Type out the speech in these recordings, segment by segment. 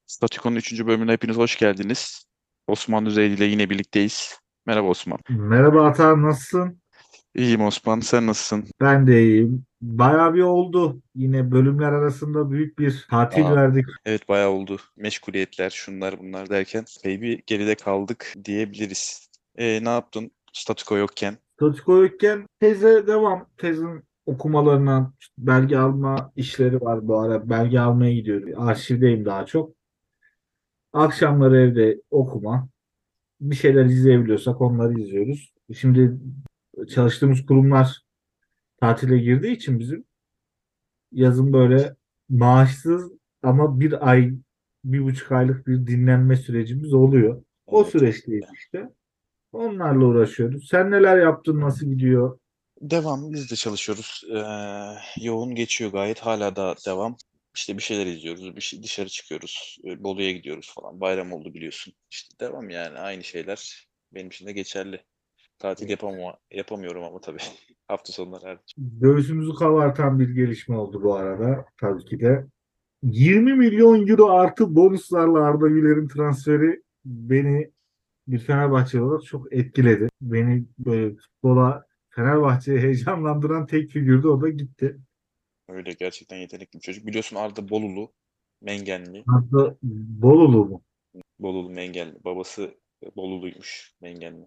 Statüko'nun 3. bölümüne hepiniz hoş geldiniz. Osman Düzeyli ile yine birlikteyiz. Merhaba Osman. Merhaba Atan, nasılsın? İyiyim Osman, sen nasılsın? Ben de iyiyim. Bayağı bir oldu. Yine bölümler arasında büyük bir tatil Aa, verdik. evet bayağı oldu. Meşguliyetler, şunlar bunlar derken epey bir geride kaldık diyebiliriz. Ne yaptın Statüko yokken? Statüko yokken teze devam. Tezin okumalarından işte belge alma işleri var bu ara. Belge almaya gidiyorum. Arşivdeyim daha çok. Akşamları evde okuma. Bir şeyler izleyebiliyorsak onları izliyoruz. Şimdi çalıştığımız kurumlar tatile girdiği için bizim yazın böyle maaşsız ama bir ay, 1,5 aylık bir dinlenme sürecimiz oluyor. O Evet. süreçteyiz işte. Onlarla uğraşıyoruz. Sen neler yaptın? Nasıl gidiyor? Devam, biz de çalışıyoruz. Yoğun geçiyor gayet, hala da devam. İşte bir şeyler izliyoruz, dışarı çıkıyoruz, Bolu'ya gidiyoruz falan. Bayram oldu biliyorsun. İşte devam yani aynı şeyler benim için de geçerli. Tatil yapamıyorum ama tabii. Hafta sonları hariç. Göğsümüzü kabartan bir gelişme oldu bu arada. Tabii ki de. 20 milyon euro artı bonuslarla Arda Güler'in transferi beni bir Fenerbahçeli olarak çok etkiledi. Beni böyle futbola, Fenerbahçe'yi heyecanlandıran tek figürdü. O da gitti. Öyle gerçekten yetenekli bir çocuk. Biliyorsun Arda Bolulu, Mengenli. Arda Bolulu mu? Bolulu Mengenli. Babası Boluluymuş, Mengenli.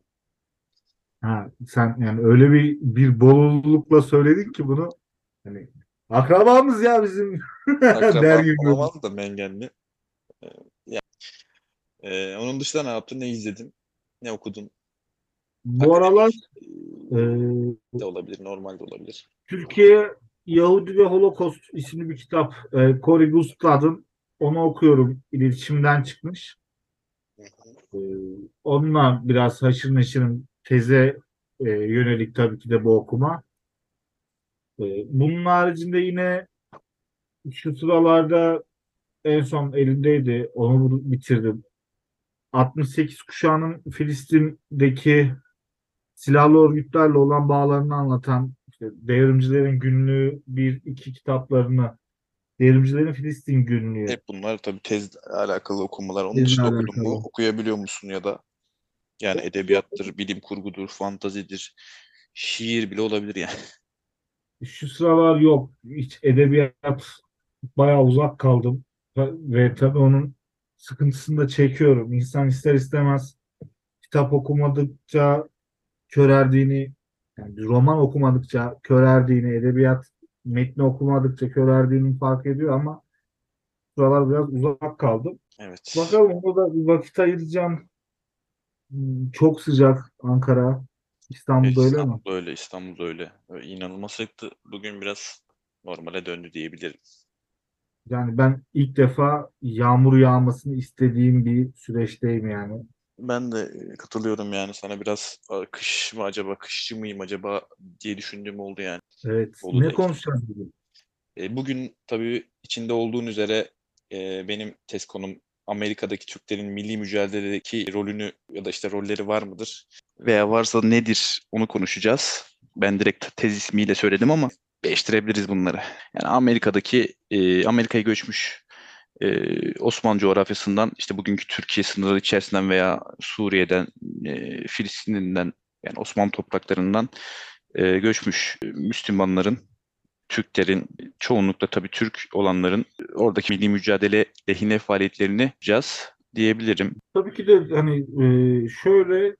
Ha, sen yani öyle bir bolulukla söyledin ki bunu, hani akrabamız ya bizim der Akrabam gibi. olamaz da Mengenli. Ee, ya, onun dışında ne yaptın, ne izledin, ne okudun? Bu aralar Akademik e, de olabilir, normal de olabilir. Türkiye Yahudi ve Holocaust isimli bir kitap. Cory Gustad'ın, onu okuyorum. İletişimden çıkmış. Hı hı. E, Onunla biraz haşır neşirim. Teze yönelik tabii ki de bu okuma. Bunun haricinde yine şu sıralarda en son elimdeydi. Onu bitirdim. 68 kuşağının Filistin'deki silahlı örgütlerle olan bağlarını anlatan işte Devrimcilerin Günlüğü bir iki kitaplarını, Devrimcilerin Filistin Günlüğü Hep bunlar tabii tezle alakalı okumalar. Onun bizle dışında okudun mu? alakalı. Okuyabiliyor musun ya da yani edebiyattır, bilim kurgudur, fantazidir, şiir bile olabilir yani. Şu sıralar yok. Hiç edebiyat, bayağı uzak kaldım. Ve tabii onun sıkıntısını da çekiyorum. İnsan ister istemez kitap okumadıkça köreldiğini, yani bir roman okumadıkça köreldiğini, edebiyat metni okumadıkça köreldiğini fark ediyor ama buralar biraz uzak kaldım. Evet. Bakalım, ona da bir vakit ayıracağım. Çok sıcak Ankara. İstanbul'da öyle mi? İstanbul'da öyle, İstanbul'da öyle. İnanılmaz sıktı. Bugün biraz normale döndü diyebilirim. Yani ben ilk defa yağmur yağmasını istediğim bir süreçteyim yani. Ben de katılıyorum yani sana biraz kış mı acaba, kışçı mıyım acaba diye düşündüğüm oldu yani Evet. Ne Bolu'dayken. konuşacağız bugün? Bugün tabii içinde olduğun üzere benim tez konum Amerika'daki Türklerin milli mücadeledeki rolünü ya da işte rolleri var mıdır? Veya varsa nedir onu konuşacağız. Ben direkt tez ismiyle söyledim ama değiştirebiliriz bunları. Yani Amerika'ya göçmüş Osmanlı coğrafyasından işte bugünkü Türkiye sınırları içerisinden veya Suriye'den, Filistin'den yani Osmanlı topraklarından göçmüş Müslümanların, Türklerin, çoğunlukla tabii Türk olanların oradaki milli mücadele lehine faaliyetlerini yapacağız diyebilirim. Tabii ki de hani şöyle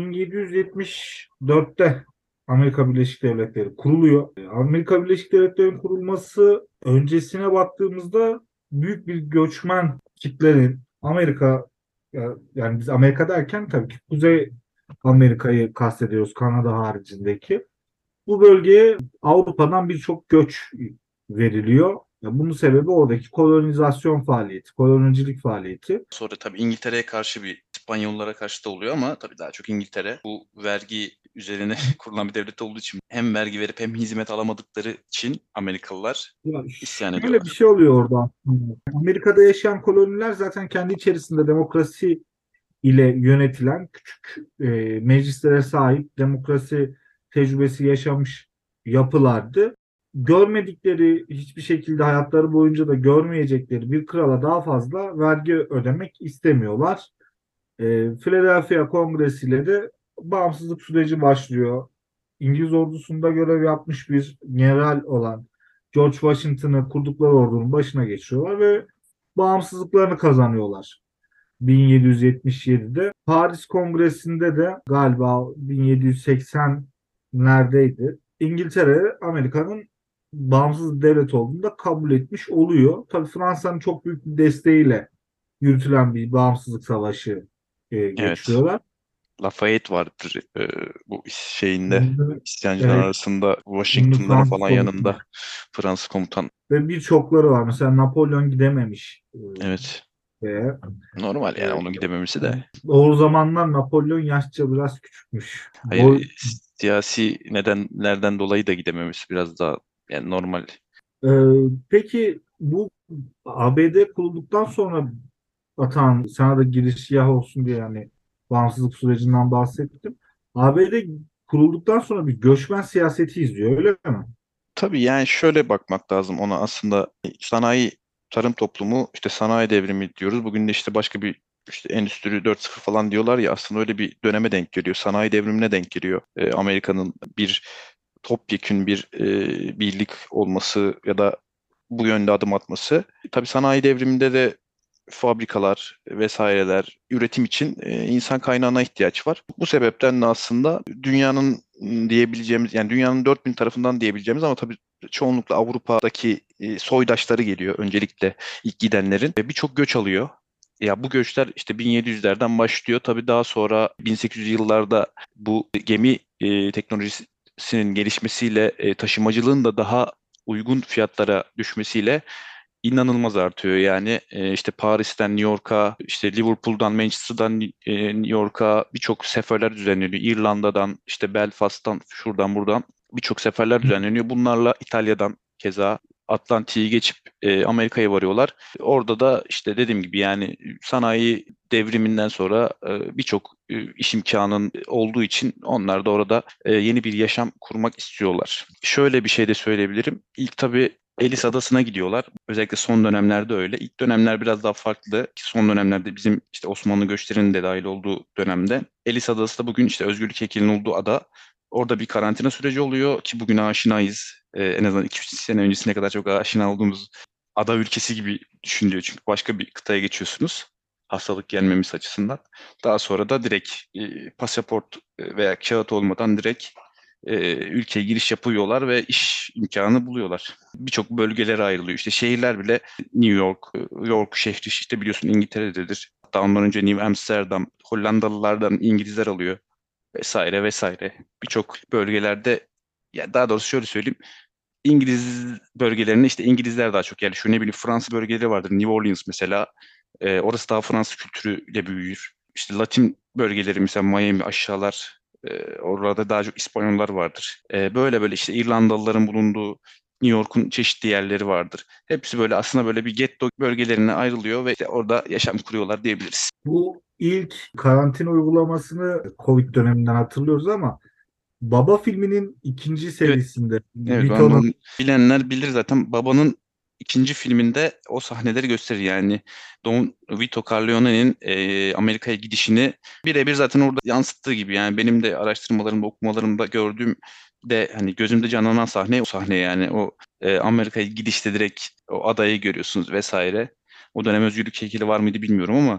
1774'te Amerika Birleşik Devletleri kuruluyor. Amerika Birleşik Devletleri'nin kurulması öncesine baktığımızda büyük bir göçmen kitlenin yani biz Amerika derken tabii ki Kuzey Amerika'yı kastediyoruz, Kanada haricindeki. Bu bölgeye Avrupa'dan birçok göç veriliyor. Ya bunun sebebi oradaki kolonizasyon faaliyeti, kolonicilik faaliyeti. Sonra tabii İngiltere'ye karşı bir İspanyollara karşı da oluyor ama tabii daha çok İngiltere bu vergi üzerine kurulan bir devlet olduğu için hem vergi verip hem hizmet alamadıkları için Amerikalılar Ya isyan şöyle bir ediyorlar. şey oluyor orada. Amerika'da yaşayan koloniler zaten kendi içerisinde demokrasi ile yönetilen küçük meclislere sahip, demokrasi tecrübesi yaşamış yapılardı. görmedikleri, hiçbir şekilde hayatları boyunca da görmeyecekleri bir krala daha fazla vergi ödemek istemiyorlar. Philadelphia Kongresi ile de bağımsızlık süreci başlıyor. İngiliz ordusunda görev yapmış bir general olan George Washington'ı kurdukları ordunun başına geçiyorlar ve bağımsızlıklarını kazanıyorlar. 1777'de Paris Kongresi'nde de galiba 1780'lerdeydi. İngiltere Amerika'nın bağımsız devlet olduğunu da kabul etmiş oluyor. Tabii Fransa'nın çok büyük bir desteğiyle yürütülen bir bağımsızlık savaşı Evet. geçiriyorlar. Lafayette vardır bu şeyinde Ünlü, isyancılar evet, arasında ünlü Washington'ların Fransız falan komutan. yanında Fransız komutan. Ve birçokları var. Mesela Napolyon gidememiş Evet. şeye. Normal yani E, onun gidememesi de. o zamanlar Napolyon yaşça biraz küçükmüş. Hayır, siyasi nedenlerden dolayı da gidememesi biraz daha yani normal. Ee, peki bu ABD kurulduktan sonra sana da girişgah olsun diye yani bağımsızlık sürecinden bahsettim. ABD kurulduktan sonra bir göçmen siyaseti izliyor öyle mi? Tabii yani şöyle bakmak lazım ona aslında sanayi tarım toplumu işte sanayi devrimi diyoruz. Bugün de işte başka bir işte endüstri 4.0 falan diyorlar ya aslında öyle bir döneme denk geliyor. Sanayi devrimine denk geliyor. Amerika'nın bir topyekün bir birlik olması ya da bu yönde adım atması. Tabii sanayi devriminde de fabrikalar vesaireler üretim için insan kaynağına ihtiyaç var. Bu sebepten de aslında dünyanın diyebileceğimiz yani dünyanın 4000 tarafından diyebileceğimiz ama tabii çoğunlukla Avrupa'daki soydaşları geliyor öncelikle ilk gidenlerin ve birçok göç alıyor. Ya bu göçler işte 1700'lerden başlıyor. Tabii daha sonra 1800'lü yıllarda bu gemi teknolojisinin gelişmesiyle taşımacılığın da daha uygun fiyatlara düşmesiyle inanılmaz artıyor. Yani işte Paris'ten New York'a, işte Liverpool'dan Manchester'dan New York'a birçok seferler düzenleniyor. İrlanda'dan, işte Belfast'tan, şuradan buradan birçok seferler düzenleniyor. Bunlarla İtalya'dan keza Atlantik'i geçip Amerika'ya varıyorlar. Orada da işte dediğim gibi yani sanayi devriminden sonra birçok iş imkanının olduğu için onlar da orada yeni bir yaşam kurmak istiyorlar. Şöyle bir şey de söyleyebilirim. İlk tabii Ellis Adası'na gidiyorlar. Özellikle son dönemlerde öyle. İlk dönemler biraz daha farklı. Son dönemlerde bizim işte Osmanlı göçlerinin de dahil olduğu dönemde. Ellis Adası da bugün işte Özgürlük Heykelinin olduğu ada. Orada bir karantina süreci oluyor ki bugün aşinayız. En azından 2-3 sene öncesine kadar çok aşina olduğumuz ada ülkesi gibi düşünülüyor. Çünkü başka bir kıtaya geçiyorsunuz. Hastalık gelmemesi açısından. Daha sonra da direkt pasaport veya kağıt olmadan direkt ülkeye giriş yapıyorlar ve iş imkanı buluyorlar. Birçok bölgelere ayrılıyor. İşte şehirler bile New York, York şehri işte biliyorsun İngiltere'dedir. Hatta ondan önce New Amsterdam, Hollandalılardan İngilizler alıyor vesaire vesaire. Birçok bölgelerde ya daha doğrusu şöyle söyleyeyim. İngiliz bölgelerine işte İngilizler daha çok yerleşiyor. Ne bileyim Fransız bölgeleri vardır. New Orleans mesela. Orası daha Fransız kültürüyle büyür. İşte Latin bölgeleri mesela Miami aşağılar. Orada daha çok İspanyollar vardır. Böyle böyle işte İrlandalıların bulunduğu New York'un çeşitli yerleri vardır. Hepsi böyle aslında böyle bir getto bölgelerine ayrılıyor ve işte orada yaşam kuruyorlar diyebiliriz. Bu ilk karantina uygulamasını Covid döneminden hatırlıyoruz ama Baba filminin ikinci Evet, serisinde evet ben Vito'nun bunu bilenler bilir zaten. Babanın ikinci filminde o sahneleri gösterir. Yani Don Vito Corleone'nin Amerika'ya gidişini birebir zaten orada yansıttığı gibi. Yani benim de araştırmalarımda, okumalarımda gördüğüm de hani gözümde canlanan sahne o sahne yani o Amerika'ya gidişte direkt o adayı görüyorsunuz vesaire. O dönem özgürlük heykeli var mıydı bilmiyorum ama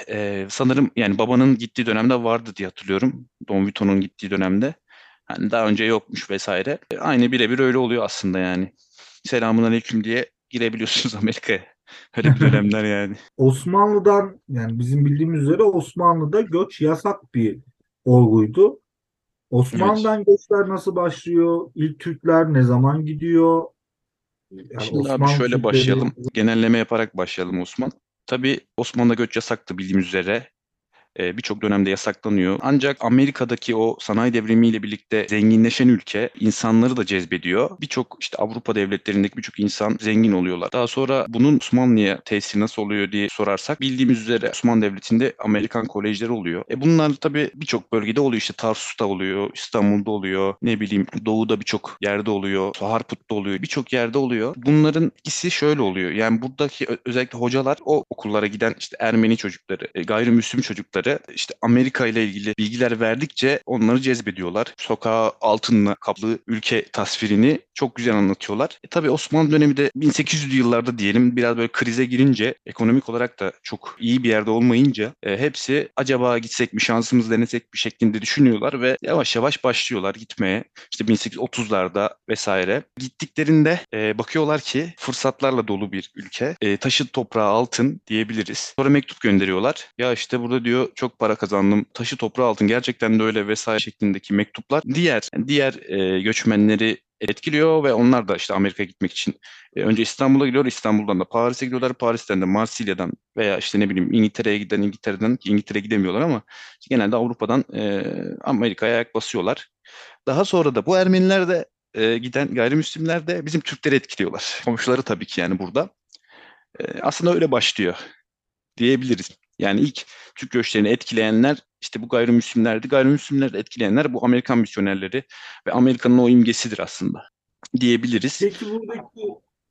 sanırım yani babanın gittiği dönemde vardı diye hatırlıyorum. Don Vito'nun gittiği dönemde. Hani daha önce yokmuş vesaire. Aynı birebir öyle oluyor aslında yani. Selamun aleyküm diye girebiliyorsunuz Amerika'ya. Öyle bir dönemler yani. Osmanlı'dan yani bizim bildiğimiz üzere Osmanlı'da göç yasak bir olguydu. Evet. Osmanlı'dan göçler nasıl başlıyor? İlk Türkler ne zaman gidiyor? Yani Şimdi abi Osmanlı şöyle Türkleri başlayalım. Genelleme yaparak başlayalım Osman. Tabii Osmanlı'da göç yasaktı bildiğimiz üzere. Birçok dönemde yasaklanıyor. Ancak Amerika'daki o sanayi devrimiyle birlikte zenginleşen ülke insanları da cezbediyor. Birçok işte Avrupa devletlerindeki birçok insan zengin oluyorlar. Daha sonra bunun Osmanlı'ya tesiri nasıl oluyor diye sorarsak bildiğimiz üzere Osmanlı Devleti'nde Amerikan kolejleri oluyor. Bunlar tabii birçok bölgede oluyor. İşte Tarsus'ta oluyor, İstanbul'da oluyor, ne bileyim Doğu'da birçok yerde oluyor, Harput'ta oluyor, birçok yerde oluyor. Bunların ikisi şöyle oluyor. Yani buradaki özellikle hocalar o okullara giden işte Ermeni çocukları, gayrimüslim çocukları işte Amerika ile ilgili bilgiler verdikçe onları cezbediyorlar. Sokağa altınla kaplı ülke tasvirini çok güzel anlatıyorlar. Tabii Osmanlı dönemi de 1800'lü yıllarda diyelim biraz böyle krize girince ekonomik olarak da çok iyi bir yerde olmayınca hepsi acaba gitsek mi şansımız denesek mi şeklinde düşünüyorlar ve yavaş yavaş başlıyorlar gitmeye. İşte 1830'larda vesaire. Gittiklerinde bakıyorlar ki fırsatlarla dolu bir ülke. Taşı toprağı altın diyebiliriz. Sonra mektup gönderiyorlar. Ya işte burada diyor çok para kazandım. Taşı toprağı altın gerçekten de öyle vesaire şeklindeki mektuplar diğer göçmenleri etkiliyor ve onlar da işte Amerika'ya gitmek için önce İstanbul'a gidiyor, İstanbul'dan da Paris'e gidiyorlar, Paris'ten de Marsilya'dan veya işte ne bileyim İngiltere'ye giden İngiltere'den ki İngiltere'ye gidemiyorlar ama genelde Avrupa'dan Amerika'ya ayak basıyorlar. Daha sonra da bu Ermeniler de giden gayrimüslimler de bizim Türkleri etkiliyorlar. Komşuları tabii ki yani burada. Aslında öyle başlıyor diyebiliriz. Yani ilk Türk göçlerini etkileyenler işte bu gayrimüslimlerdi. Gayrimüslimleri de etkileyenler bu Amerikan misyonerleri ve Amerika'nın o imgesidir aslında diyebiliriz. Peki buradaki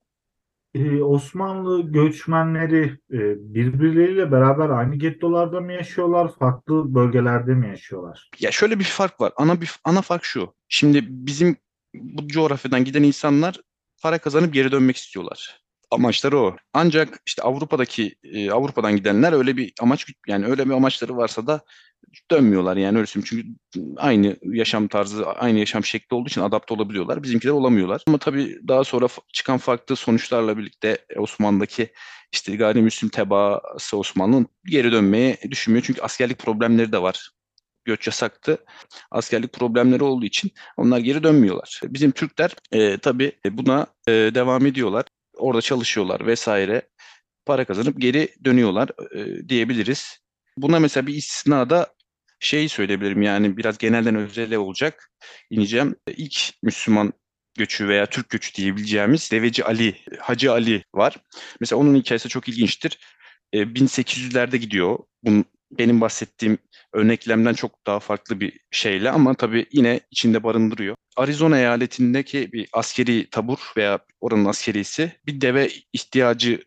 Osmanlı göçmenleri birbirleriyle beraber aynı gettolarda mı yaşıyorlar, farklı bölgelerde mi yaşıyorlar? Ya şöyle bir fark var. Ana fark şu. Şimdi bizim bu coğrafyadan giden insanlar para kazanıp geri dönmek istiyorlar. Amaçları o. Ancak işte Avrupa'dan gidenler öyle bir amaç yani öyle bir amaçları varsa da dönmüyorlar yani öyle söyleyeyim. Çünkü aynı yaşam tarzı, aynı yaşam şekli olduğu için adapte olabiliyorlar. Bizimkiler olamıyorlar. Ama tabii daha sonra çıkan farklı sonuçlarla birlikte Osmanlı'daki işte gayrimüslim tebaası Osmanlı'nın geri dönmeye düşünmüyor. Çünkü askerlik problemleri de var. Göç yasaktı. Askerlik problemleri olduğu için onlar geri dönmüyorlar. Bizim Türkler tabii buna devam ediyorlar. Orada çalışıyorlar vesaire. Para kazanıp geri dönüyorlar diyebiliriz. Buna mesela bir istisna da şeyi söyleyebilirim yani biraz genelden özele olacak. İneceğim. İlk Müslüman göçü veya Türk göçü diyebileceğimiz Deveci Ali, Hacı Ali var. Mesela onun hikayesi çok ilginçtir. 1800'lerde gidiyor. Benim bahsettiğim örneklemden çok daha farklı bir şeyle ama tabii yine içinde barındırıyor. Arizona eyaletindeki bir askeri tabur veya oranın askerisi bir deve ihtiyacı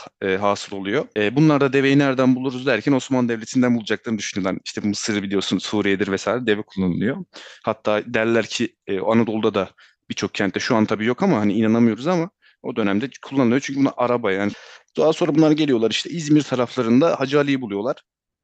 hasıl oluyor. Bunlar da deveyi nereden buluruz derken Osmanlı Devleti'nden bulacaklarını düşünüyorlar. İşte Mısır biliyorsun Suriye'dir vesaire deve kullanılıyor. Hatta derler ki Anadolu'da da birçok kentte şu an tabii yok ama hani inanamıyoruz ama o dönemde kullanılıyor. Çünkü bunlar araba yani. Daha sonra bunlar geliyorlar işte İzmir taraflarında Hacı Ali'yi buluyorlar.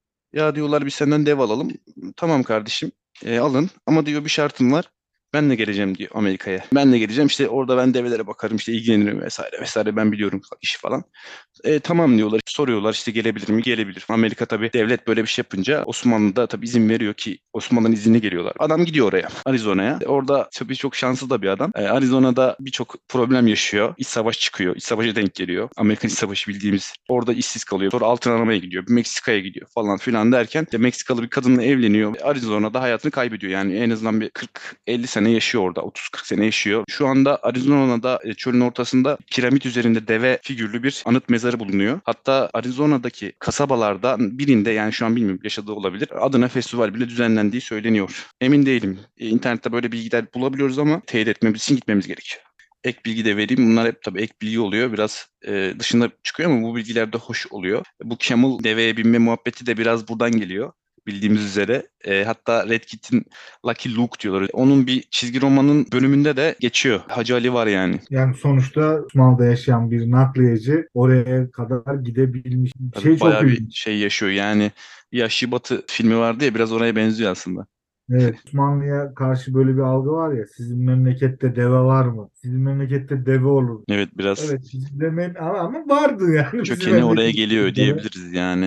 Ya diyorlar biz senden dev alalım. Tamam kardeşim alın ama diyor bir şartım var. Ben de geleceğim diyor Amerika'ya. Ben de geleceğim işte orada ben develere bakarım işte ilgilenirim vesaire vesaire ben biliyorum işi falan. Tamam diyorlar. Soruyorlar işte gelebilir mi? Gelebilir. Amerika tabii devlet böyle bir şey yapınca Osmanlı da tabii izin veriyor ki Osmanlı'nın izni geliyorlar. Adam gidiyor oraya, Arizona'ya. Orada tabii çok şanslı da bir adam. Arizona'da birçok problem yaşıyor. İç savaş çıkıyor. İç savaşa denk geliyor. Amerikan İç Savaşı bildiğimiz. Orada işsiz kalıyor. Sonra altın aramaya gidiyor. Meksika'ya gidiyor falan filan derken de Meksikalı bir kadınla evleniyor. Arizona'da hayatını kaybediyor. Yani en azından bir 40-50 sene yaşıyor orada. 30-40 sene yaşıyor. Şu anda Arizona'da çölün ortasında piramit üzerinde deve figürlü bir anıt mezarı bulunuyor. Hatta Arizona'daki kasabalarda birinde yani şu an bilmiyorum yaşadığı olabilir. Adına festival bile düzenlendiği söyleniyor. Emin değilim. İnternette böyle bilgiler bulabiliyoruz ama teyit etmemiz için gitmemiz gerekiyor. Ek bilgi de vereyim. Bunlar hep tabii ek bilgi oluyor. Biraz dışında çıkıyor ama bu bilgiler de hoş oluyor. Bu camel deveye binme muhabbeti de biraz buradan geliyor. Bildiğimiz üzere. Hatta Red Kit'in Lucky Luke diyorlar. Onun bir çizgi romanın bölümünde de geçiyor. Hacı Ali var yani. Yani sonuçta Osmanlı'da yaşayan bir nakliyeci oraya kadar gidebilmiş. Tabii Şey çok bayağı bir ilginç. şey yaşıyor. Yani Yahşi Batı filmi vardı ya biraz oraya benziyor aslında. Evet, Osmanlı'ya karşı böyle bir algı var ya, sizin memlekette deve var mı? Sizin memlekette deve olur. Evet biraz Evet, bizim ama vardı yani bizim kökeni oraya memlekette geliyor deve. diyebiliriz yani.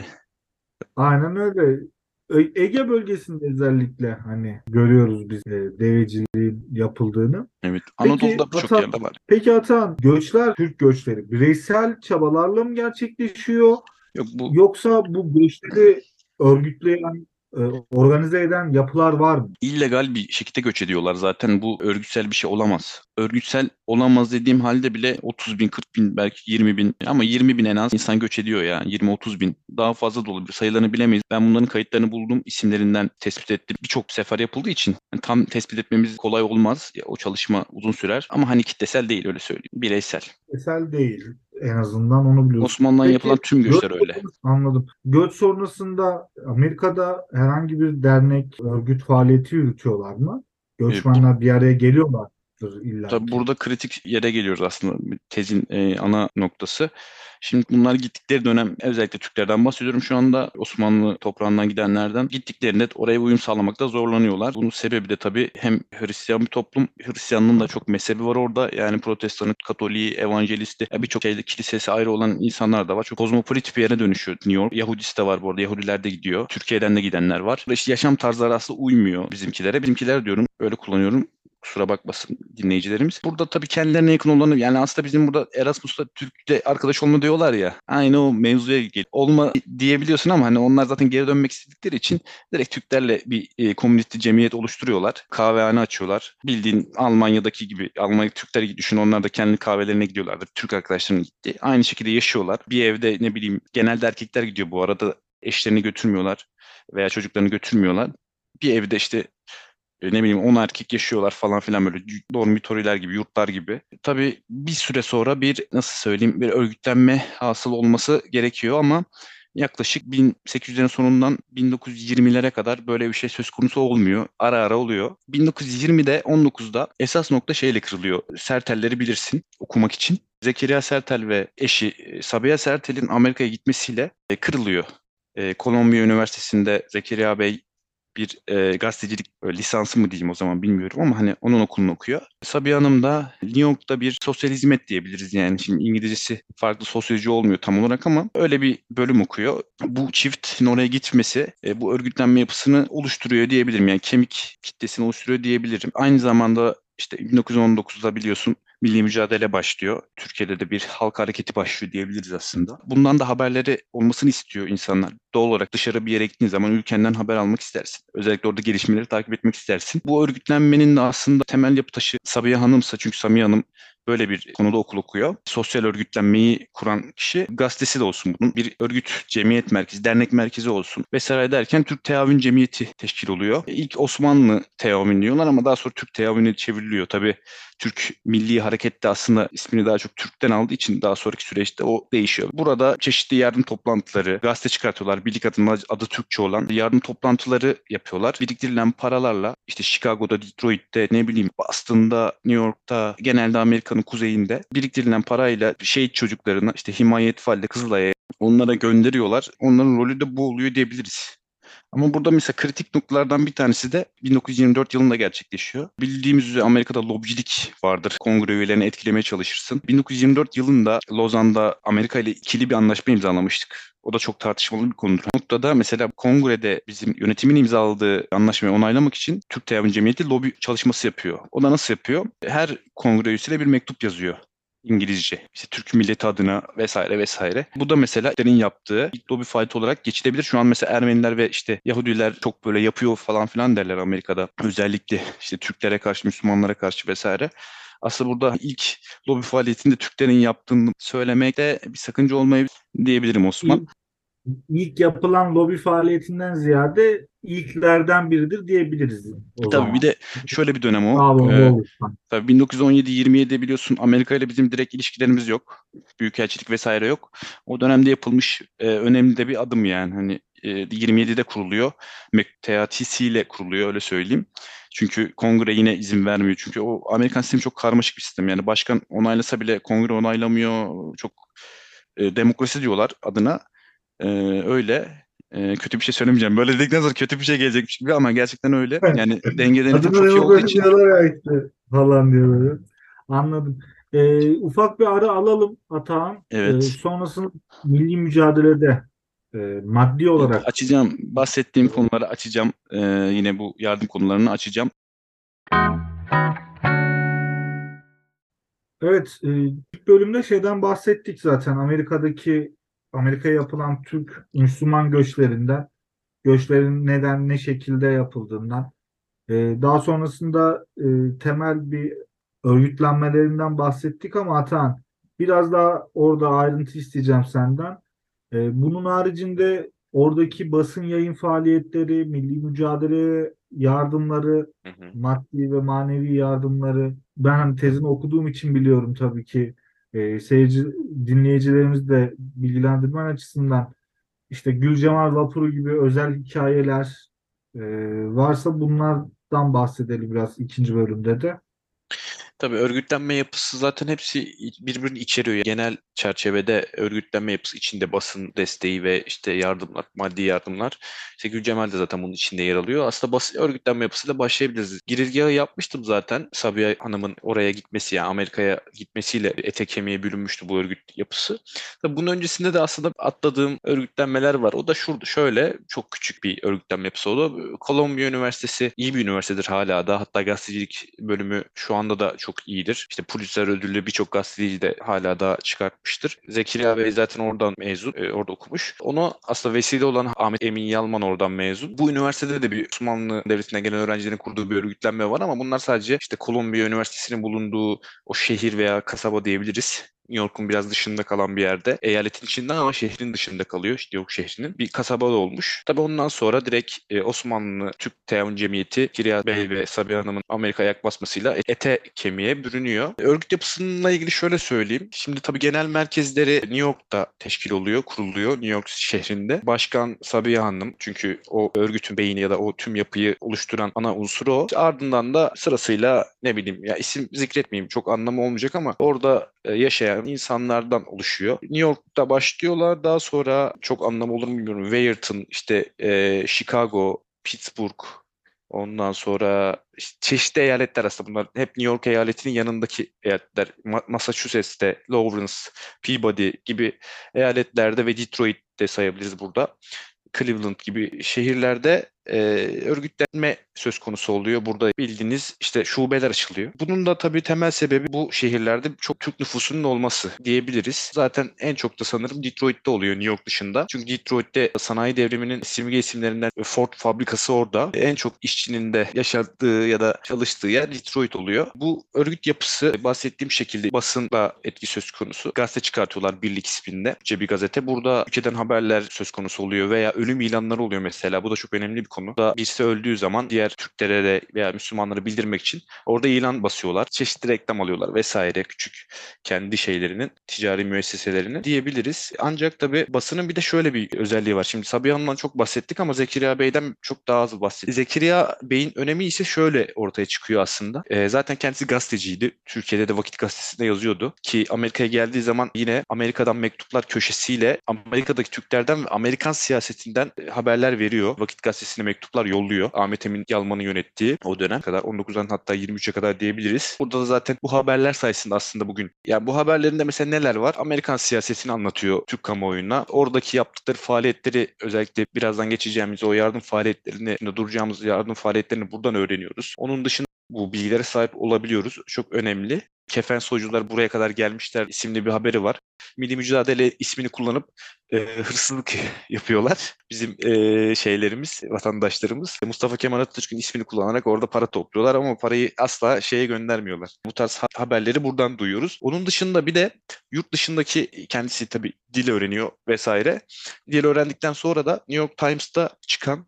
Aynen öyle. Ege bölgesinde özellikle hani görüyoruz biz deveciliğin yapıldığını. Evet. Peki Anadolu'da birçok Atan, yerde var. peki Atan, göçler, Türk göçleri bireysel çabalarla mı gerçekleşiyor? Yok bu Yoksa bu göçleri örgütleyen, organize eden yapılar var mı? illegal bir şekilde göç ediyorlar. Zaten bu örgütsel bir şey olamaz. Örgütsel olamaz dediğim halde bile 30 bin, 40 bin, belki 20 bin ama 20 bin en az insan göç ediyor ya. 20-30 bin. Daha fazla da olabilir. Sayılarını bilemeyiz. Ben bunların kayıtlarını buldum. İsimlerinden tespit ettim. Birçok sefer yapıldığı için hani tam tespit etmemiz kolay olmaz. Ya, o çalışma uzun sürer. Ama hani kitlesel değil, öyle söyleyeyim. Bireysel. Eser değil. En azından onu biliyoruz. Osmanlı'dan yapılan Peki tüm göç göçler öyle. sonrası, anladım. Göç sonrasında Amerika'da herhangi bir dernek, örgüt faaliyeti yürütüyorlar mı? Bu Göçmenler bir araya geliyorlardır Tabii illaki. burada kritik yere geliyoruz aslında tezin ana noktası. Şimdi bunlar gittikleri dönem, özellikle Türklerden bahsediyorum şu anda, Osmanlı toprağından gidenlerden, gittiklerinde oraya uyum sağlamakta zorlanıyorlar. Bunun sebebi de tabii hem Hristiyan bir toplum, Hristiyanlığın da çok mezhebi var orada. Yani Protestanı, Katoliği, Evanjelisti, ya birçok şeyde kilisesi ayrı olan insanlar da var. Çok kozmopolit bir yere dönüşüyor New York. Yahudisi de var bu arada, Yahudiler de gidiyor. Türkiye'den de gidenler var. İşte yaşam tarzları aslında uymuyor bizimkilere. Bizimkiler diyorum, öyle kullanıyorum. Kusura bakmasın dinleyicilerimiz. Burada tabii kendilerine yakın olanı, yani aslında bizim burada Erasmus'ta Türk'le arkadaş olma diyorlar ya. Aynı o mevzuya gel. Olma diyebiliyorsun ama hani onlar zaten geri dönmek istedikleri için direkt Türklerle bir komünite, cemiyet oluşturuyorlar. Kahvehane açıyorlar. Bildiğin Almanya'daki gibi, Almanya Türkleri düşün, onlar da kendi kahvelerine gidiyorlardır. Türk arkadaşlarının gitti. Aynı şekilde yaşıyorlar. Bir evde ne bileyim, genelde erkekler gidiyor bu arada, eşlerini götürmüyorlar veya çocuklarını götürmüyorlar. Bir evde işte ne bileyim 10 erkek yaşıyorlar falan filan, böyle dormitoriler gibi, yurtlar gibi. Tabii bir süre sonra bir, nasıl söyleyeyim, bir örgütlenme hasıl olması gerekiyor ama yaklaşık 1800'lerin sonundan 1920'lere kadar böyle bir şey söz konusu olmuyor. Ara ara oluyor. 1920'de 19'da esas nokta şeyle kırılıyor. Sertelleri bilirsin, okumak için. Zekeriya Sertel ve eşi Sabiha Sertel'in Amerika'ya gitmesiyle kırılıyor. Kolombiya Üniversitesi'nde Zekeriya Bey bir gazetecilik lisansı mı diyeyim o zaman, bilmiyorum ama hani onun okulunu okuyor. Sabiha Hanım da New York'ta bir sosyal hizmet diyebiliriz yani. Şimdi İngilizcesi farklı, sosyoloji olmuyor tam olarak ama öyle bir bölüm okuyor. Bu çiftin oraya gitmesi bu örgütlenme yapısını oluşturuyor diyebilirim. Yani kemik kitlesini oluşturuyor diyebilirim. Aynı zamanda işte 1919'da biliyorsun milli mücadele başlıyor. Türkiye'de de bir halk hareketi başlıyor diyebiliriz aslında. Bundan da haberleri olmasını istiyor insanlar. Doğal olarak dışarı bir yere gittiğin zaman ülkenden haber almak istersin. Özellikle orada gelişmeleri takip etmek istersin. Bu örgütlenmenin de aslında temel yapı taşı Sabiha Hanım'sa, çünkü Sabiha Hanım böyle bir konuda okul okuyor. Sosyal örgütlenmeyi kuran kişi, gazetesi de olsun bunun. Bir örgüt, cemiyet merkezi, dernek merkezi olsun vesaire derken Türk Teavün Cemiyeti teşkil oluyor. İlk Osmanlı Teavün diyorlar ama daha sonra Türk Teavün'e çevriliyor. Tabii Türk Milli Hareket de aslında ismini daha çok Türk'ten aldığı için daha sonraki süreçte o değişiyor. Burada çeşitli yardım toplantıları, gazete çıkartıyorlar. Birlik adına adı Türkçe olan yardım toplantıları yapıyorlar. Biriktirilen paralarla işte Chicago'da, Detroit'te, ne bileyim Boston'da, New York'ta, genelde Amerika'nın kuzeyinde biriktirilen parayla şehit çocuklarına, işte Himaye Etfal'de, Kızılay'a, onlara gönderiyorlar. Onların rolü de bu oluyor diyebiliriz. Ama burada mesela kritik noktalardan bir tanesi de 1924 yılında gerçekleşiyor. Bildiğimiz üzere Amerika'da lobicilik vardır. Kongre üyelerini etkilemeye çalışırsın. 1924 yılında Lozan'da Amerika ile ikili bir anlaşma imzalamıştık. O da çok tartışmalı bir konudur. Bu noktada mesela kongrede bizim yönetimin imzaladığı anlaşmayı onaylamak için Türk Teavün Cemiyeti lobi çalışması yapıyor. O da nasıl yapıyor? Her kongre üyesine bir mektup yazıyor. İngilizce. İşte Türk milleti adına vesaire vesaire. Bu da mesela Hitler'in yaptığı ilk lobi fight olarak geçilebilir. Şu an mesela Ermeniler ve işte Yahudiler çok böyle yapıyor falan filan derler Amerika'da. Özellikle işte Türklere karşı, Müslümanlara karşı vesaire. Aslında burada ilk lobi faaliyetinde Türklerin yaptığını söylemekte bir sakınca olmayabilir diyebilirim Osman. İlk, ilk yapılan lobi faaliyetinden ziyade ilklerden biridir diyebiliriz o Tabii bir zaman. de şöyle bir dönem o. Sağlam olursa. Tabii 1917-27'de biliyorsun Amerika ile bizim direkt ilişkilerimiz yok. Büyükelçilik vesaire yok. O dönemde yapılmış önemli de bir adım yani. Hani 27'de kuruluyor. TATC ile kuruluyor, öyle söyleyeyim. Çünkü kongre yine izin vermiyor. Çünkü o Amerikan sistemi çok karmaşık bir sistem. Yani başkan onaylasa bile kongre onaylamıyor. Çok demokrasi diyorlar adına. E, öyle. Kötü bir şey söylemeyeceğim. Böyle dedikten sonra kötü bir şey gelecekmiş gibi ama gerçekten öyle. Yani dengelerin çok Adına çok iyi olduğu demokrasi için. diyorlar ya işte falan diyorlar. Anladım. Ufak bir ara alalım Atahan. Evet. Sonrasında milli mücadelede maddi olarak. Açacağım. Bahsettiğim konuları açacağım. Yine bu yardım konularını açacağım. Evet, ilk bölümde şeyden bahsettik zaten. Amerika'ya yapılan Türk Müslüman göçlerinden. göçlerin neden ne şekilde yapıldığından, daha sonrasında temel bir örgütlenmelerinden bahsettik ama Atan, biraz daha orada ayrıntı isteyeceğim senden. Bunun haricinde oradaki basın yayın faaliyetleri, milli mücadele yardımları, Hı hı. maddi ve manevi yardımları, ben hani tezini okuduğum için biliyorum tabii ki, seyirci dinleyicilerimiz de bilgilendirmen açısından işte Gülcemal Vapuru gibi özel hikayeler e, varsa bunlardan bahsedelim biraz ikinci bölümde de. Tabii örgütlenme yapısı zaten hepsi birbirini içeriyor. Genel çerçevede örgütlenme yapısı içinde basın desteği ve işte yardımlar, maddi yardımlar. İşte Gülcemal de zaten bunun içinde yer alıyor. Aslında basın örgütlenme yapısıyla başlayabiliriz. Girizgahı yapmıştım zaten. Sabiha Hanım'ın oraya gitmesi, yani Amerika'ya gitmesiyle ete kemiğe bürünmüştü bu örgüt yapısı. Tabii bunun öncesinde de aslında atladığım örgütlenmeler var. O da şurada şöyle çok küçük bir örgütlenme yapısı oldu. Columbia Üniversitesi iyi bir üniversitedir hala da. Hatta gazetecilik bölümü şu anda da çok iyidir. İşte Pulitzer ödüllü birçok gazeteci de hala da çıkartmıştır. Zekeriya Bey zaten oradan mezun, orada okumuş. Onu aslında vesile olan Ahmet Emin Yalman oradan mezun. Bu üniversitede de bir Osmanlı Devleti'ne gelen öğrencilerin kurduğu bir örgütlenme var ama bunlar sadece işte Columbia Üniversitesi'nin bulunduğu o şehir veya kasaba diyebiliriz. New York'un biraz dışında kalan bir yerde. Eyaletin içinde ama şehrin dışında kalıyor. İşte New York şehrinin. Bir kasaba da olmuş. Tabii ondan sonra direkt Osmanlı Türk Teamül Cemiyeti Kiryat Bey ve Sabiha Hanım'ın Amerika'ya ayak basmasıyla ete kemiğe bürünüyor. Örgüt yapısıyla ilgili şöyle söyleyeyim. Şimdi tabii genel merkezleri New York'ta teşkil oluyor, kuruluyor New York şehrinde. Başkan Sabiha Hanım çünkü o örgütün beyni ya da o tüm yapıyı oluşturan ana unsur o. Ardından da sırasıyla ne bileyim ya isim zikretmeyeyim çok anlamı olmayacak ama orada yaşayan insanlardan oluşuyor. New York'ta başlıyorlar. Daha sonra çok anlamı olur mu bilmiyorum. Weyerton, işte Chicago, Pittsburgh, ondan sonra işte çeşitli eyaletler aslında bunlar hep New York eyaletinin yanındaki eyaletler. Massachusetts'te, Lawrence, Peabody gibi eyaletlerde ve Detroit'te sayabiliriz burada. Cleveland gibi şehirlerde örgütlenme söz konusu oluyor. Burada bildiğiniz işte şubeler açılıyor. Bunun da tabii temel sebebi bu şehirlerde çok Türk nüfusunun olması diyebiliriz. Zaten en çok da sanırım Detroit'te oluyor New York dışında. Çünkü Detroit'te sanayi devriminin simge isimlerinden Ford fabrikası orada. En çok işçinin de yaşadığı ya da çalıştığı yer Detroit oluyor. Bu örgüt yapısı bahsettiğim şekilde basınla etki söz konusu. Gazete çıkartıyorlar Birlik isminde. Bir gazete. Burada ülkeden haberler söz konusu oluyor veya ölüm ilanları oluyor mesela. Bu da çok önemli bir konu. Da birisi öldüğü zaman diğer Türklere de veya Müslümanları bildirmek için orada ilan basıyorlar. Çeşitli reklam alıyorlar vesaire küçük kendi şeylerinin, ticari müesseselerinin diyebiliriz. Ancak tabii basının bir de şöyle bir özelliği var. Şimdi Sabiha Hanım'dan çok bahsettik ama Zekeriya Bey'den çok daha az bahsettik. Zekeriya Bey'in önemi ise şöyle ortaya çıkıyor aslında. Zaten kendisi gazeteciydi. Türkiye'de de Vakit Gazetesi'nde yazıyordu. Ki Amerika'ya geldiği zaman yine Amerika'dan mektuplar köşesiyle Amerika'daki Türklerden ve Amerikan siyasetinden haberler veriyor. Vakit Gazetesi'ne mektuplar yolluyor. Ahmet Emin Yalman'ın yönettiği o dönem kadar 19'dan hatta 23'e kadar diyebiliriz. Burada da zaten bu haberler sayesinde aslında bugün yani bu haberlerinde mesela neler var? Amerikan siyasetini anlatıyor Türk kamuoyuna. Oradaki yaptıkları faaliyetleri özellikle birazdan geçeceğimiz o yardım faaliyetlerini, duracağımız yardım faaliyetlerini buradan öğreniyoruz. Onun dışında bu bilgilere sahip olabiliyoruz. Çok önemli. Kefen soycular buraya kadar gelmişler isimli bir haberi var. Milli Mücadele ismini kullanıp hırsızlık yapıyorlar. Bizim şeylerimiz, vatandaşlarımız. Mustafa Kemal Atatürk'ün ismini kullanarak orada para topluyorlar ama parayı asla şeye göndermiyorlar. Bu tarz haberleri buradan duyuyoruz. Onun dışında bir de yurt dışındaki kendisi tabii dil öğreniyor vesaire. Dil öğrendikten sonra da New York Times'ta çıkan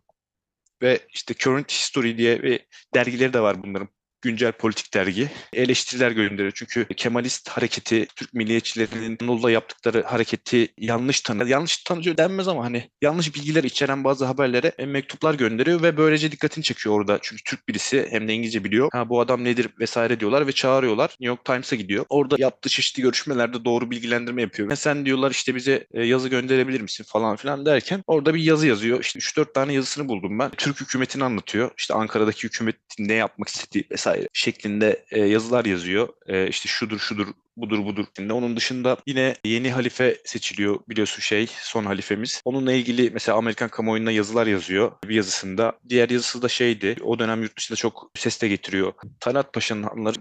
ve işte Current History diye bir dergileri de var bunların. Güncel politik dergi. Eleştiriler gönderiyor. Çünkü Kemalist hareketi, Türk milliyetçilerinin Anadolu'da yaptıkları hareketi yanlış tanıyor. Yanlış tanıyor denmez ama hani yanlış bilgiler içeren bazı haberlere mektuplar gönderiyor ve böylece dikkatini çekiyor orada. Çünkü Türk birisi hem de İngilizce biliyor. Ha bu adam nedir vesaire diyorlar ve çağırıyorlar. New York Times'a gidiyor. Orada yaptığı çeşitli görüşmelerde doğru bilgilendirme yapıyor. Ve sen diyorlar işte bize yazı gönderebilir misin falan filan derken orada bir yazı yazıyor. İşte 3-4 tane yazısını buldum ben. Türk hükümetini anlatıyor. İşte Ankara'daki hükümetin ne yapmak istediği vesaire şeklinde yazılar yazıyor. İşte şudur şudur budur budur. Onun dışında yine yeni halife seçiliyor biliyorsun son halifemiz. Onunla ilgili mesela Amerikan kamuoyuna yazılar yazıyor bir yazısında. Diğer yazısı da şeydi. O dönem yurt dışında çok ses de getiriyor. Talat Paşa'nın anıları böyle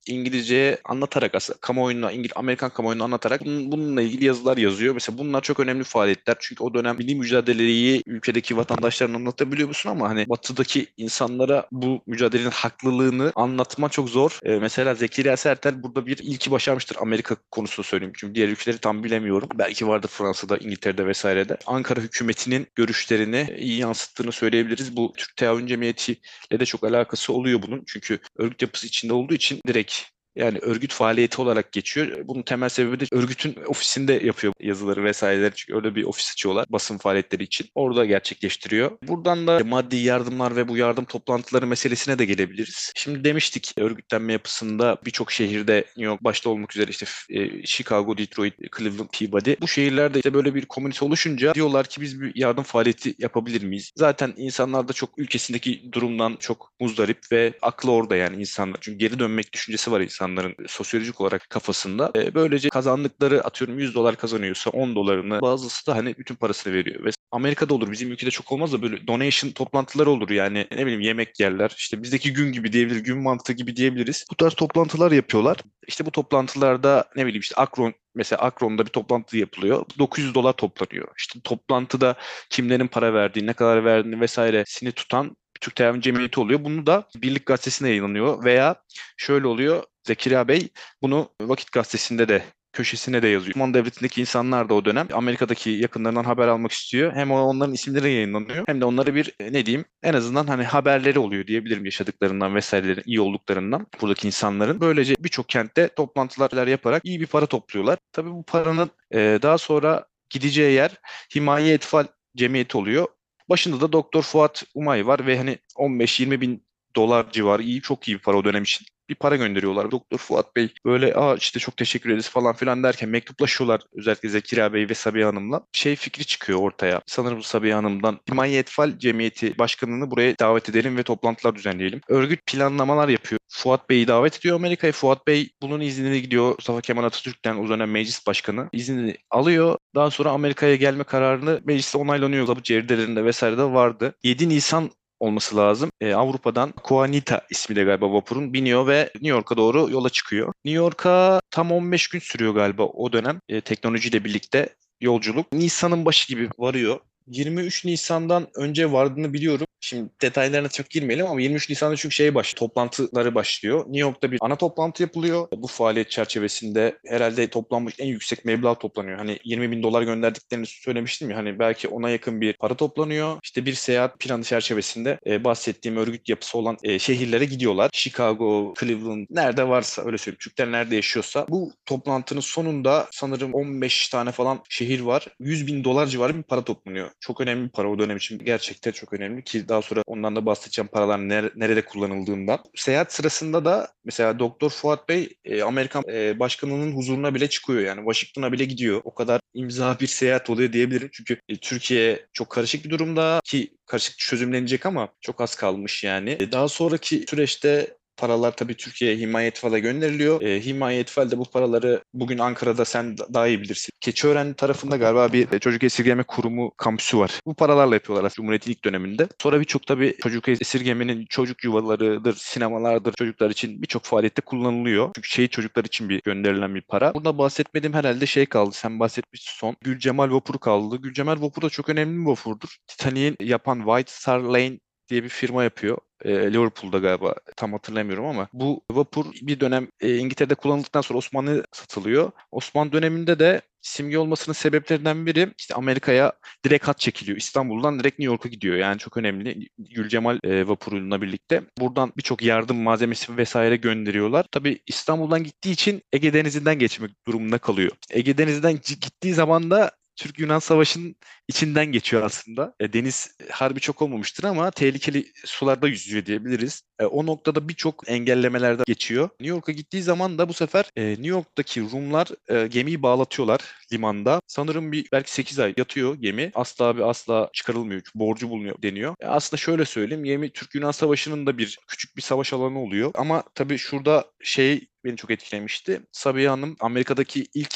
İngilizceye anlatarak aslında kamuoyuna, Amerikan kamuoyuna anlatarak bununla ilgili yazılar yazıyor. Mesela bunlar çok önemli faaliyetler. Çünkü o dönem milli mücadeleyi ülkedeki vatandaşlarına anlatabiliyor musun ama hani batıdaki insanlara bu mücadelenin haklılığını anlatma çok zor. Mesela Zekeriya Sertel burada bir ilki başarmıştır Amerika konusunu söyleyeyim. Çünkü diğer ülkeleri tam bilemiyorum. Belki vardır Fransa'da, İngiltere'de vesairede. Ankara hükümetinin görüşlerini iyi yansıttığını söyleyebiliriz. Bu Türk Teavün Cemiyeti ile de çok alakası oluyor bunun. Çünkü örgüt yapısı içinde olduğu için direkt yani örgüt faaliyeti olarak geçiyor. Bunun temel sebebi de örgütün ofisinde yapıyor yazıları vesaireleri. Çünkü öyle bir ofis açıyorlar basın faaliyetleri için. Orada gerçekleştiriyor. Buradan da maddi yardımlar ve bu yardım toplantıları meselesine de gelebiliriz. Şimdi demiştik örgütlenme yapısında birçok şehirde New York başta olmak üzere işte Chicago, Detroit, Cleveland, Peabody. Bu şehirlerde işte böyle bir komünite oluşunca diyorlar ki biz bir yardım faaliyeti yapabilir miyiz? Zaten insanlar da çok ülkesindeki durumdan çok muzdarip ve aklı orada yani insanlar. Çünkü geri dönmek düşüncesi var insanların sosyolojik olarak kafasında. Böylece kazandıkları atıyorum $100 kazanıyorsa 10 dolarını bazısı da hani bütün parasını veriyor. Ve Amerika'da olur bizim ülkede çok olmaz da böyle donation toplantıları olur yani ne bileyim yemek yerler. İşte bizdeki gün gibi diyebiliriz, gün mantığı gibi diyebiliriz. Bu tarz toplantılar yapıyorlar. İşte bu toplantılarda ne bileyim işte mesela Akron'da bir toplantı yapılıyor. $900 toplanıyor. İşte toplantıda kimlerin para verdiği, ne kadar verdiğini vesairesini tutan bir Türk Televizyonu Cemiyeti oluyor. Bunu da Birlik Gazetesi'ne yayınlanıyor veya şöyle oluyor. Zekeriya Bey bunu Vakit Gazetesi'nde de köşesine de yazıyor. Osmanlı Devleti'ndeki insanlar da o dönem Amerika'daki yakınlarından haber almak istiyor. Hem onların isimleri yayınlanıyor hem de onlara bir ne diyeyim en azından hani haberleri oluyor diyebilirim yaşadıklarından vesairelerin iyi olduklarından buradaki insanların. Böylece birçok kentte toplantılar yaparak iyi bir para topluyorlar. Tabii bu paranın daha sonra gideceği yer Himaye Etfal Cemiyeti oluyor. Başında da Doktor Fuat Umay var ve hani 15-20 bin dolar civarı çok iyi bir para o dönem için. Bir para gönderiyorlar. Doktor Fuat Bey böyle işte çok teşekkür ederiz falan filan derken mektuplaşıyorlar özellikle Zekeriya Bey ve Sabiha Hanım'la. Fikri çıkıyor ortaya. Sanırım Sabiha Hanım'dan Himaye Etfal Cemiyeti Başkanı'nı buraya davet edelim ve toplantılar düzenleyelim. Örgüt planlamalar yapıyor. Fuat Bey'i davet ediyor Amerika'ya. Fuat Bey bunun iznini gidiyor. Mustafa Kemal Atatürk'ten o dönem meclis başkanı iznini alıyor. Daha sonra Amerika'ya gelme kararını mecliste onaylanıyor. Zabıt ceridelerinde vesaire de vardı. 7 Nisan olması lazım. Avrupa'dan Juanita ismi de galiba vapurun biniyor ve New York'a doğru yola çıkıyor. New York'a tam 15 gün sürüyor galiba o dönem teknolojiyle birlikte yolculuk. Nisan'ın başı gibi varıyor. 23 Nisan'dan önce vardığını biliyorum. Şimdi detaylarına çok girmeyelim ama 23 Nisan'da çünkü toplantıları başlıyor. New York'ta bir ana toplantı yapılıyor. Bu faaliyet çerçevesinde herhalde toplanmış en yüksek meblağ toplanıyor. Hani 20 bin dolar gönderdiklerini söylemiştim ya hani belki ona yakın bir para toplanıyor. İşte bir seyahat planı çerçevesinde bahsettiğim örgüt yapısı olan şehirlere gidiyorlar. Chicago, Cleveland nerede varsa öyle söyleyeyim. Türkler nerede yaşıyorsa bu toplantının sonunda sanırım 15 tane falan şehir var. 100 bin dolar civarı bir para toplanıyor. Çok önemli bir para o dönem için. Gerçekten çok önemli ki daha sonra ondan da bahsedeceğim paralar nerede kullanıldığından. Seyahat sırasında da mesela Doktor Fuat Bey Amerikan başkanının huzuruna bile çıkıyor yani. Washington'a bile gidiyor. O kadar imza bir seyahat oluyor diyebilirim. Çünkü Türkiye çok karışık bir durumda ki karışık çözümlenecek ama çok az kalmış yani. Daha sonraki süreçte paralar tabii Türkiye'ye Himaye Etfal'a gönderiliyor. Himaye Etfal de bu paraları bugün Ankara'da sen daha iyi bilirsin. Keçiören tarafında galiba bir çocuk esirgeme kurumu kampüsü var. Bu paralarla yapıyorlar aslında Cumhuriyet'in ilk döneminde. Sonra birçok tabii çocuk esirgemenin çocuk yuvalarıdır, sinemalardır çocuklar için birçok faaliyette kullanılıyor. Çünkü çocuklar için bir gönderilen bir para. Burada bahsetmediğim herhalde kaldı. Sen bahsetmiştin son. Gülcemal Vapuru kaldı. Gülcemal Vapuru da çok önemli bir vapurdur. Titanic'in yapan White Star Line diye bir firma yapıyor. Liverpool'da galiba tam hatırlamıyorum ama bu vapur bir dönem İngiltere'de kullanıldıktan sonra Osmanlı'ya satılıyor. Osmanlı döneminde de simge olmasının sebeplerinden biri işte Amerika'ya direkt hat çekiliyor. İstanbul'dan direkt New York'a gidiyor. Yani çok önemli. Gülcemal vapuruyla birlikte. Buradan birçok yardım malzemesi vesaire gönderiyorlar. Tabii İstanbul'dan gittiği için Ege Denizi'nden geçmek durumunda kalıyor. Ege Denizi'nden gittiği zaman da Türk-Yunan Savaşı'nın içinden geçiyor aslında. Deniz harbi çok olmamıştır ama tehlikeli sularda yüzüyor diyebiliriz. O noktada birçok engellemelerden geçiyor. New York'a gittiği zaman da bu sefer New York'taki Rumlar gemiyi bağlatıyorlar limanda. Sanırım belki 8 ay yatıyor gemi. Asla çıkarılmıyor. Borcu bulunuyor deniyor. Aslında şöyle söyleyeyim. Gemi Türk-Yunan Savaşı'nın da küçük bir savaş alanı oluyor. Ama tabii şurada beni çok etkilemişti. Sabiha Hanım Amerika'daki ilk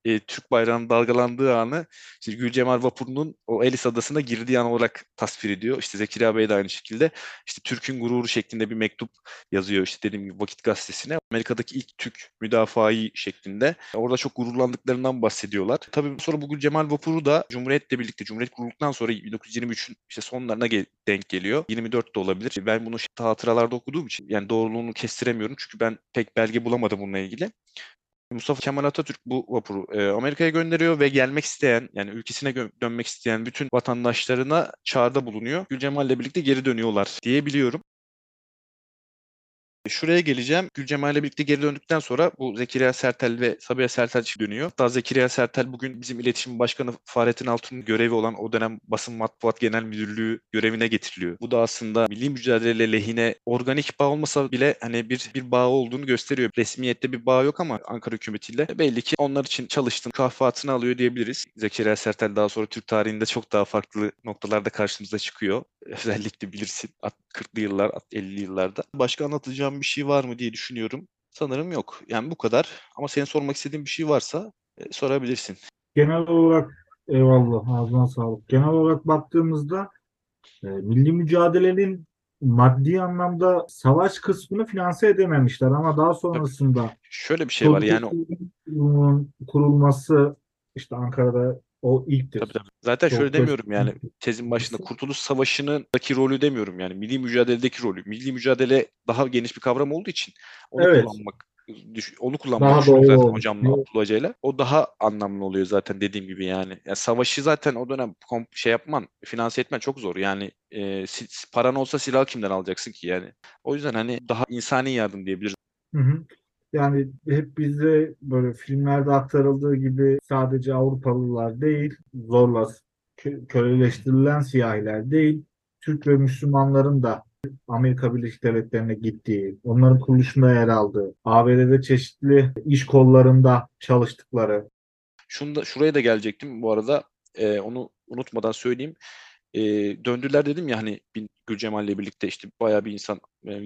Türk bayrağının dalgalandığı anı işte Gülcemal Vapur'un o Elis Adası'na girdiği an olarak tasvir ediyor. İşte Zekeriya Bey de aynı şekilde işte Türk'ün gururu şeklinde bir mektup yazıyor işte dediğim gibi Vakit Gazetesi'ne. Amerika'daki ilk Türk müdafai şeklinde. Orada çok gururlandıklarından bahsediyorlar. Tabii sonra bu Cemal Vapur'u da Cumhuriyet'le birlikte Cumhuriyet kurulduktan sonra 1923'ün işte sonlarına denk geliyor. 24 de olabilir. Ben bunu hatıralarda okuduğum için yani doğruluğunu kestiremiyorum. Çünkü ben pek belge bulamadım bununla ilgili. Mustafa Kemal Atatürk bu vapuru Amerika'ya gönderiyor ve gelmek isteyen yani ülkesine dönmek isteyen bütün vatandaşlarına çağrıda bulunuyor. Gülcemal'le birlikte geri dönüyorlar diyebiliyorum. Şuraya geleceğim. Gülcemal'le birlikte geri döndükten sonra bu Zekeriya Sertel ve Sabiha Sertel dönüyor. Hatta Zekeriya Sertel bugün bizim iletişim başkanı Fahrettin Altun'un görevi olan o dönem Basın Matbuat Genel Müdürlüğü görevine getiriliyor. Bu da aslında milli mücadele lehine organik bağ olmasa bile hani bir bağ olduğunu gösteriyor. Resmiyette bir bağ yok ama Ankara hükümetiyle belli ki onlar için çalıştığın kafatını alıyor diyebiliriz. Zekeriya Sertel daha sonra Türk tarihinde çok daha farklı noktalarda karşımıza çıkıyor. Özellikle bilirsin 40'lı yıllar, 50'li yıllarda. Başka anlatacağım bir şey var mı diye düşünüyorum. Sanırım yok. Yani bu kadar. Ama senin sormak istediğin bir şey varsa sorabilirsin. Genel olarak eyvallah, ağzına sağlık. Genel olarak baktığımızda milli mücadelenin maddi anlamda savaş kısmını finanse edememişler ama daha Tabii. sonrasında Şöyle bir şey var yani Kurulu'nun kurulması, işte Ankara'da o tabii ilktir. tabii. Zaten şöyle Çok basit. demiyorum yani tezin başında Kurtuluş Savaşı'ndaki rolü demiyorum yani milli mücadeledeki rolü. Milli mücadele daha geniş bir kavram olduğu için onu Evet, kullanmak onu kullanmayı daha düşündük doğru zaten olmuş. hocamla Abdullah Hoca'yla. O daha anlamlı oluyor zaten dediğim gibi yani. Ya savaşı zaten o dönem şey yapman, finanse etmen çok zor. Yani paran olsa silah kimden alacaksın ki yani. O yüzden hani daha insani yardım diyebiliriz. Hı hı. Yani hep bizde böyle filmlerde aktarıldığı gibi sadece Avrupalılar değil, zorla köleleştirilen siyahiler değil, Türk ve Müslümanların da Amerika Birleşik Devletleri'ne gittiği, onların kuruluşunda yer aldığı, ABD'de çeşitli iş kollarında çalıştıkları. Şuraya da gelecektim bu arada. Onu unutmadan söyleyeyim. Döndüler dedim ya hani Gülcemal'le birlikte işte bayağı bir insan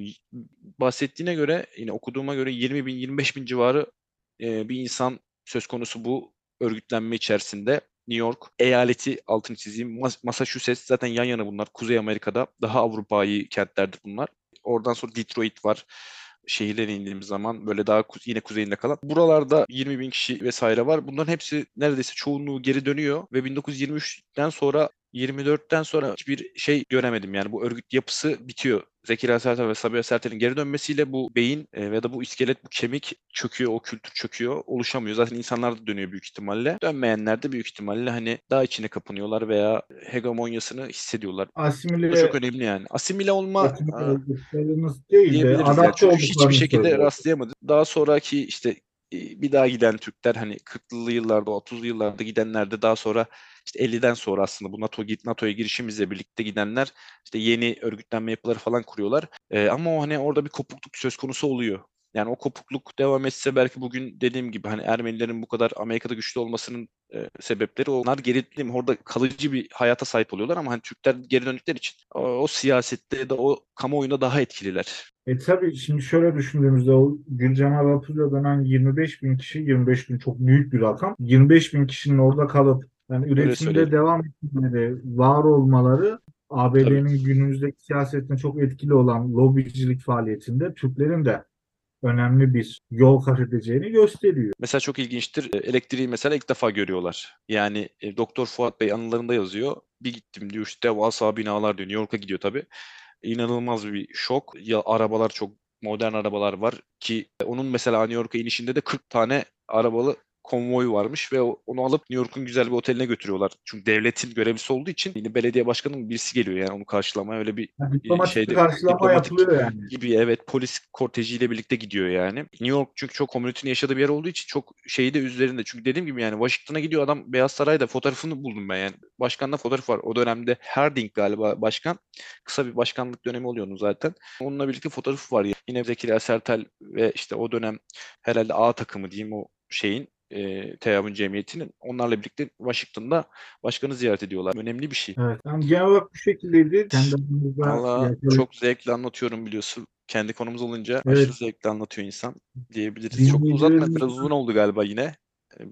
bahsettiğine göre yine okuduğuma göre 20 bin 25 bin civarı bir insan söz konusu bu örgütlenme içerisinde. New York eyaleti altını çizeyim. Massachusetts zaten yan yana bunlar. Kuzey Amerika'da daha Avrupa'yı kentlerdir bunlar. Oradan sonra Detroit var. Şehirlere indiğimiz zaman böyle daha yine kuzeyinde kalan. Buralarda 20 bin kişi vesaire var. Bunların hepsi neredeyse çoğunluğu geri dönüyor ve 1923'ten sonra 24'ten sonra hiçbir şey göremedim. Yani bu örgüt yapısı bitiyor. Zekeriya Sertel ve Sabiha Sertel'in geri dönmesiyle bu beyin ve da bu iskelet, bu kemik çöküyor, o kültür çöküyor, oluşamıyor. Zaten insanlar da dönüyor büyük ihtimalle. Dönmeyenler de büyük ihtimalle hani daha içine kapanıyorlar veya hegemonyasını hissediyorlar. Bu da çok Asimile önemli yani. Asimile olma okumuş olduklarımız değil de diyebiliriz yani. adapte Çünkü hiçbir olduklarını şekilde söylüyor. rastlayamadım. Daha sonraki işte bir daha giden Türkler hani 40'lı yıllarda, 30'lu yıllarda gidenler de daha sonra işte 50'den sonra aslında bu NATO'ya girişimizle birlikte gidenler işte yeni örgütlenme yapıları falan kuruyorlar. Ama o hani orada bir kopukluk söz konusu oluyor. Yani o kopukluk devam etse belki bugün dediğim gibi hani Ermenilerin bu kadar Amerika'da güçlü olmasının sebepleri onlar geri değil mi? Orada kalıcı bir hayata sahip oluyorlar ama hani Türkler geri döndükleri için o siyasette ya da o kamuoyunda daha etkililer. Tabii şimdi şöyle düşündüğümüzde o Gülcemal Vapur'la dönen 25 bin kişi, 25 bin çok büyük bir rakam. 25 bin kişinin orada kalıp yani Öyle üretimde söyleyelim. devam etmeleri, var olmaları Tabii. ABD'nin günümüzdeki siyasetine çok etkili olan lobicilik faaliyetinde Türklerin de önemli bir yol kat edeceğini gösteriyor. Mesela çok ilginçtir. Elektriği mesela ilk defa görüyorlar. Yani Doktor Fuat Bey anılarında yazıyor. Bir gittim diyor işte devasa binalar diyor. New York'a gidiyor tabii. İnanılmaz bir şok. Ya arabalar çok modern arabalar var ki onun mesela New York'a inişinde de 40 tane arabalı konvoy varmış ve onu alıp New York'un güzel bir oteline götürüyorlar. Çünkü devletin görevlisi olduğu için yine belediye başkanının birisi geliyor yani onu karşılamaya öyle bir Yani diplomatik bir şeyde karşılama diplomatik yapılıyor yani. gibi evet polis kortejiyle birlikte gidiyor yani. New York çünkü çok komünitenin yaşadığı bir yer olduğu için çok şeyi de üzerinde. Çünkü dediğim gibi yani Washington'a gidiyor adam Beyaz Saray'da fotoğrafını buldum ben yani. Başkanla fotoğraf var. O dönemde Harding galiba başkan. Kısa bir başkanlık dönemi oluyor onun zaten. Onunla birlikte fotoğrafı var. Yine Zekeriya Sertel ve işte o dönem herhalde A takımı diyeyim o şeyin Team'in cemiyetinin onlarla birlikte Washington'da başkanı ziyaret ediyorlar. Önemli bir şey. Evet. Yani genel olarak bu şekildeydi. Kendi aramızda Allah yaklaşık, çok zevkli anlatıyorum biliyorsun. Kendi konumuz olunca aşırı evet, zevkli anlatıyor insan diyebiliriz. Çok uzatma dinleyicilerimiz biraz uzun oldu galiba yine.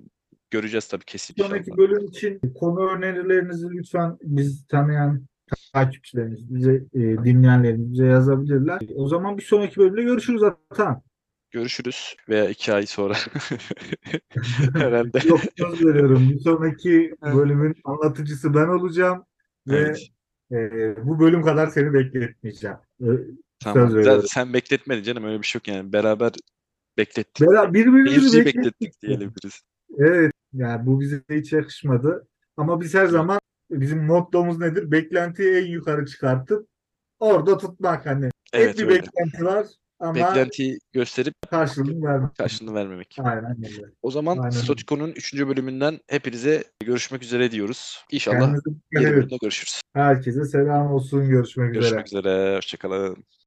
göreceğiz tabii, kesin Sonraki inşallah. bölüm için konu önerilerinizi lütfen biz tanıyan takipçilerimiz, bize dinleyenlerimiz bize yazabilirler. O zaman bir sonraki bölümde görüşürüz Atan. Görüşürüz veya 2 ay sonra herhalde. Yok, söz veriyorum. Bir sonraki bölümün anlatıcısı ben olacağım ve Evet. bu bölüm kadar seni bekletmeyeceğim. Söz Tamam. Zaten veriyorum. sen bekletmedin canım, öyle bir şey yok yani. Beraber beklettik de. Birbirimizi Seyirciyi beklettik beklettik. diyebiliriz. Evet, yani bu bize hiç yakışmadı. Ama biz her Evet. zaman bizim mottomuz nedir? Beklentiyi en yukarı çıkartıp orada tutmak hani. Hep Evet, bir öyle. beklenti var ama Beklentiyi gösterip karşılığını vermek. karşılığını vermemek. Aynen öyle. O zaman Aynen öyle. Statüko'nun 3. bölümünden hepinize görüşmek üzere diyoruz. İnşallah Kendinize dikkat yeni edin. bölümde görüşürüz. Herkese selam olsun. Görüşmek Görüşmek üzere. üzere. Hoşçakalın.